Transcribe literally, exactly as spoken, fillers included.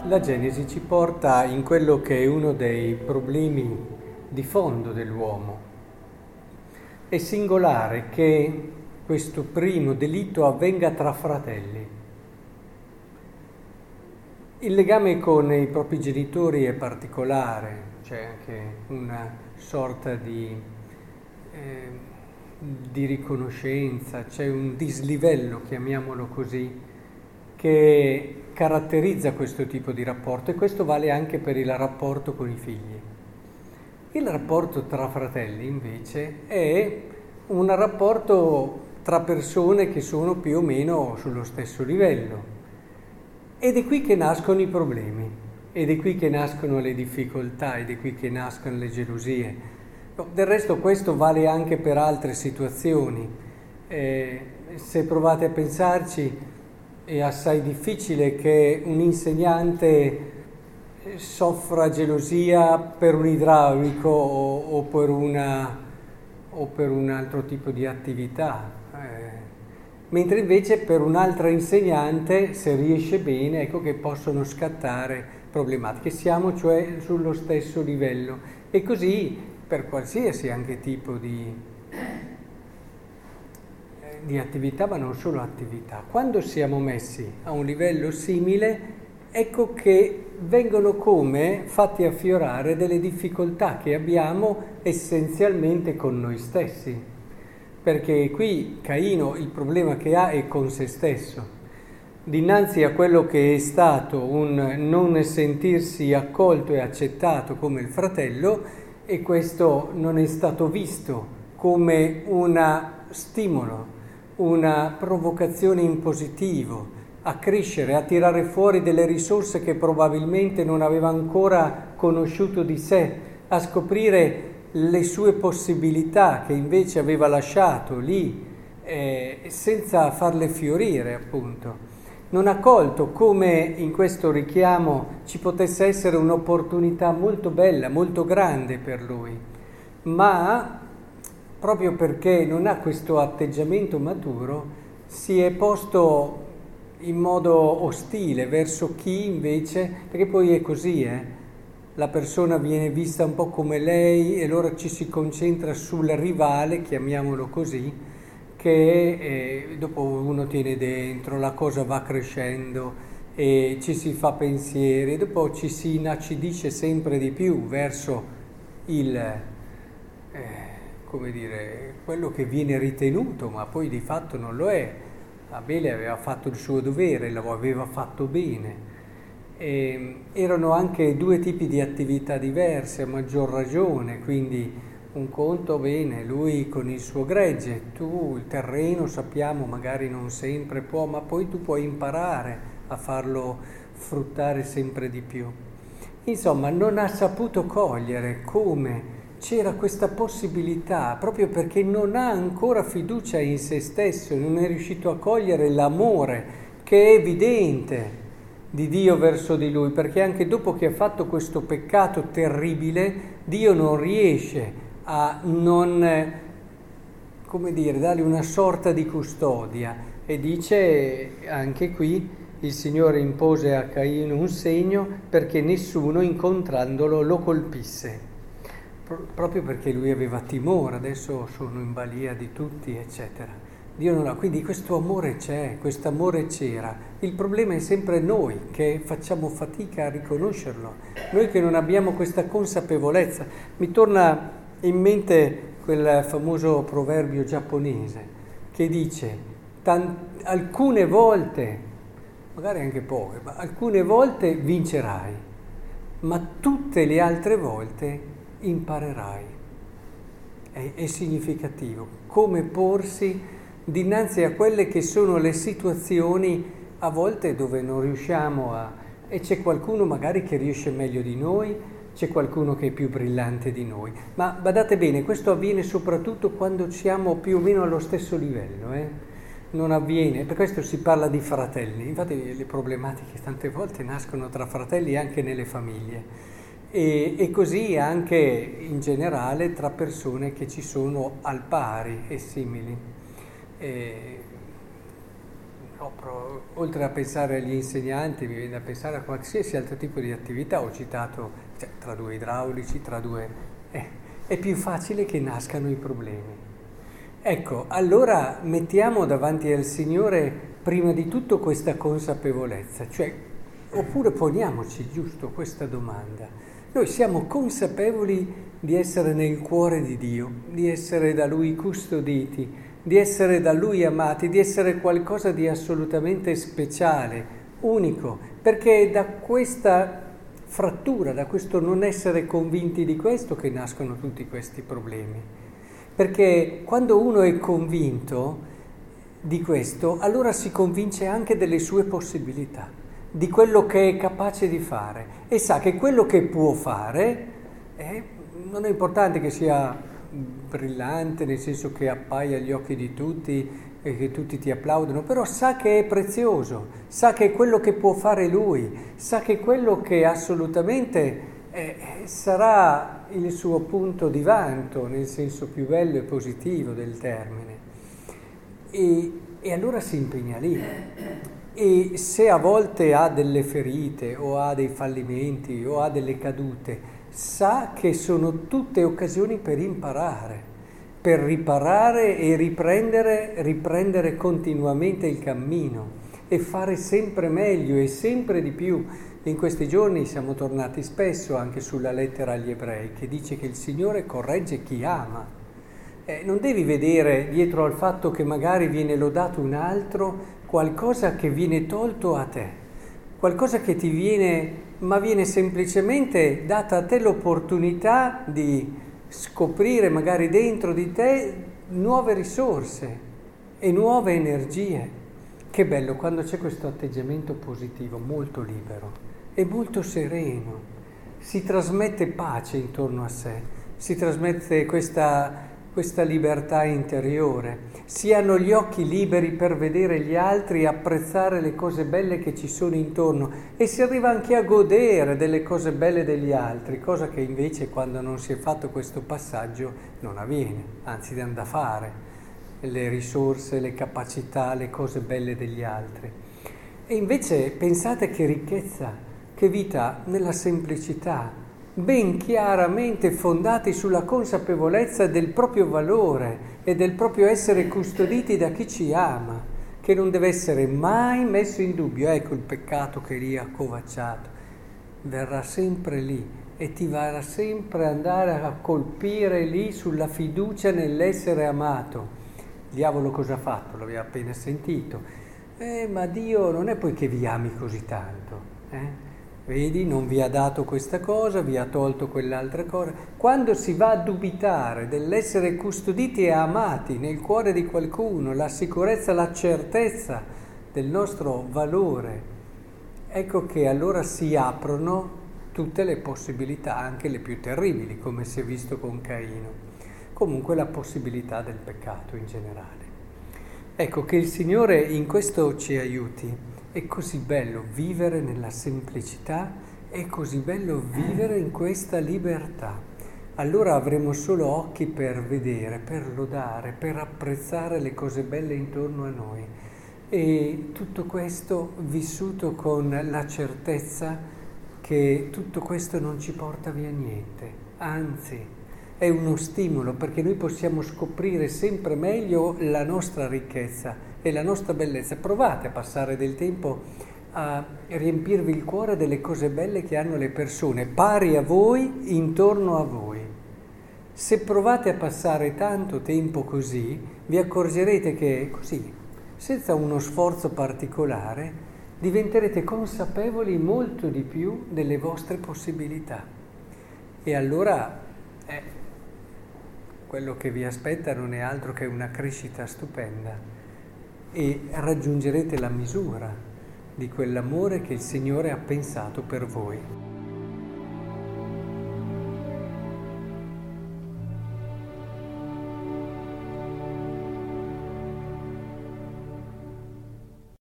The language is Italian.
La Genesi ci porta in quello che è uno dei problemi di fondo dell'uomo. È singolare che questo primo delitto avvenga tra fratelli. Il legame con i propri genitori è particolare, c'è anche una sorta di, eh, di riconoscenza, c'è un dislivello, chiamiamolo così, che caratterizza questo tipo di rapporto, e questo vale anche per il rapporto con i figli. Il rapporto tra fratelli invece è un rapporto tra persone che sono più o meno sullo stesso livello, ed è qui che nascono i problemi, ed è qui che nascono le difficoltà, ed è qui che nascono le gelosie. Del resto questo vale anche per altre situazioni. Eh, se provate a pensarci, è assai difficile che un insegnante soffra gelosia per un idraulico o, o, per, una, o per un altro tipo di attività, eh, mentre invece per un'altra insegnante, se riesce bene, ecco che possono scattare problematiche. Siamo cioè sullo stesso livello, e così per qualsiasi anche tipo di di attività, ma non solo attività. Quando siamo messi a un livello simile, ecco che vengono come fatti affiorare delle difficoltà che abbiamo essenzialmente con noi stessi. Perché qui Caino il problema che ha è con se stesso. Dinanzi a quello che è stato un non sentirsi accolto e accettato come il fratello, e questo non è stato visto come un stimolo, una provocazione in positivo a crescere, a tirare fuori delle risorse che probabilmente non aveva ancora conosciuto di sé, a scoprire le sue possibilità che invece aveva lasciato lì, eh, senza farle fiorire, appunto. Non ha colto come in questo richiamo ci potesse essere un'opportunità molto bella, molto grande per lui, ma proprio perché non ha questo atteggiamento maturo, si è posto in modo ostile verso chi invece, perché poi è così, eh? La persona viene vista un po' come lei e allora ci si concentra sul rivale, chiamiamolo così, che eh, dopo uno tiene dentro, la cosa va crescendo e ci si fa pensieri, e dopo ci si inacidisce sempre di più verso il... Eh, come dire, quello che viene ritenuto, ma poi di fatto non lo è. Abele aveva fatto il suo dovere, lo aveva fatto bene. E erano anche due tipi di attività diverse, a maggior ragione, quindi un conto bene, lui con il suo gregge, tu il terreno sappiamo magari non sempre può, ma poi tu puoi imparare a farlo fruttare sempre di più. Insomma, non ha saputo cogliere come c'era questa possibilità, proprio perché non ha ancora fiducia in se stesso, non è riuscito a cogliere l'amore che è evidente di Dio verso di lui, perché anche dopo che ha fatto questo peccato terribile, Dio non riesce a non, come dire, dargli una sorta di custodia, e dice anche qui: il Signore impose a Caino un segno perché nessuno incontrandolo lo colpisse. Proprio perché lui aveva timore, adesso sono in balia di tutti, eccetera. Dio non ha, quindi questo amore c'è, questo amore c'era. Il problema è sempre noi che facciamo fatica a riconoscerlo, noi che non abbiamo questa consapevolezza. Mi torna in mente quel famoso proverbio giapponese che dice: tant- alcune volte, magari anche poche, ma alcune volte vincerai, ma tutte le altre volte imparerai. È, è significativo come porsi dinanzi a quelle che sono le situazioni a volte dove non riusciamo a... e c'è qualcuno magari che riesce meglio di noi, c'è qualcuno che è più brillante di noi, ma badate bene, questo avviene soprattutto quando siamo più o meno allo stesso livello, eh? Non avviene, per questo si parla di fratelli, infatti le problematiche tante volte nascono tra fratelli anche nelle famiglie. E, e così anche in generale tra persone che ci sono al pari e simili. E scopro, oltre a pensare agli insegnanti, mi viene da pensare a qualsiasi altro tipo di attività. Ho citato, cioè, tra due idraulici, tra due... Eh, è più facile che nascano i problemi. Ecco, allora mettiamo davanti al Signore prima di tutto questa consapevolezza, cioè, oppure poniamoci giusto questa domanda. Noi siamo consapevoli di essere nel cuore di Dio, di essere da Lui custoditi, di essere da Lui amati, di essere qualcosa di assolutamente speciale, unico, perché è da questa frattura, da questo non essere convinti di questo che nascono tutti questi problemi. Perché quando uno è convinto di questo, allora si convince anche delle sue possibilità, di quello che è capace di fare e sa che quello che può fare eh, non è importante che sia brillante, nel senso che appaia agli occhi di tutti e che tutti ti applaudono, però sa che è prezioso, sa che è quello che può fare lui, sa che è quello che assolutamente eh, sarà il suo punto di vanto, nel senso più bello e positivo del termine. E, e allora si impegna lì. E se a volte ha delle ferite o ha dei fallimenti o ha delle cadute, sa che sono tutte occasioni per imparare, per riparare e riprendere, riprendere continuamente il cammino e fare sempre meglio e sempre di più. In questi giorni siamo tornati spesso anche sulla lettera agli ebrei che dice che il Signore corregge chi ama. Eh, non devi vedere dietro al fatto che magari viene lodato un altro qualcosa che viene tolto a te, qualcosa che ti viene, ma viene semplicemente data a te l'opportunità di scoprire magari dentro di te nuove risorse e nuove energie. Che bello quando c'è questo atteggiamento positivo, molto libero e molto sereno, si trasmette pace intorno a sé, si trasmette questa, questa libertà interiore, si hanno gli occhi liberi per vedere gli altri e apprezzare le cose belle che ci sono intorno e si arriva anche a godere delle cose belle degli altri, cosa che invece quando non si è fatto questo passaggio non avviene, anzi tende da fare le risorse, le capacità, le cose belle degli altri. E invece pensate che ricchezza, che vita nella semplicità, ben chiaramente fondati sulla consapevolezza del proprio valore e del proprio essere custoditi da chi ci ama, che non deve essere mai messo in dubbio. Ecco il peccato che lì ha accovacciato, verrà sempre lì e ti varrà sempre andare a colpire lì sulla fiducia nell'essere amato. Il diavolo cosa ha fatto? L'aveva appena sentito. Eh, ma Dio non è poi che vi ami così tanto, eh? Vedi, non vi ha dato questa cosa, vi ha tolto quell'altra cosa. Quando si va a dubitare dell'essere custoditi e amati nel cuore di qualcuno, la sicurezza, la certezza del nostro valore, ecco che allora si aprono tutte le possibilità, anche le più terribili, come si è visto con Caino. Comunque la possibilità del peccato in generale. Ecco che il Signore in questo ci aiuti. È così bello vivere nella semplicità, è così bello vivere in questa libertà. Allora avremo solo occhi per vedere, per lodare, per apprezzare le cose belle intorno a noi. E tutto questo vissuto con la certezza che tutto questo non ci porta via niente, anzi è uno stimolo perché noi possiamo scoprire sempre meglio la nostra ricchezza e la nostra bellezza. Provate a passare del tempo a riempirvi il cuore delle cose belle che hanno le persone pari a voi, intorno a voi. Se provate a passare tanto tempo così, vi accorgerete che così, senza uno sforzo particolare, diventerete consapevoli molto di più delle vostre possibilità. E allora eh, quello che vi aspetta non è altro che una crescita stupenda e raggiungerete la misura di quell'amore che il Signore ha pensato per voi.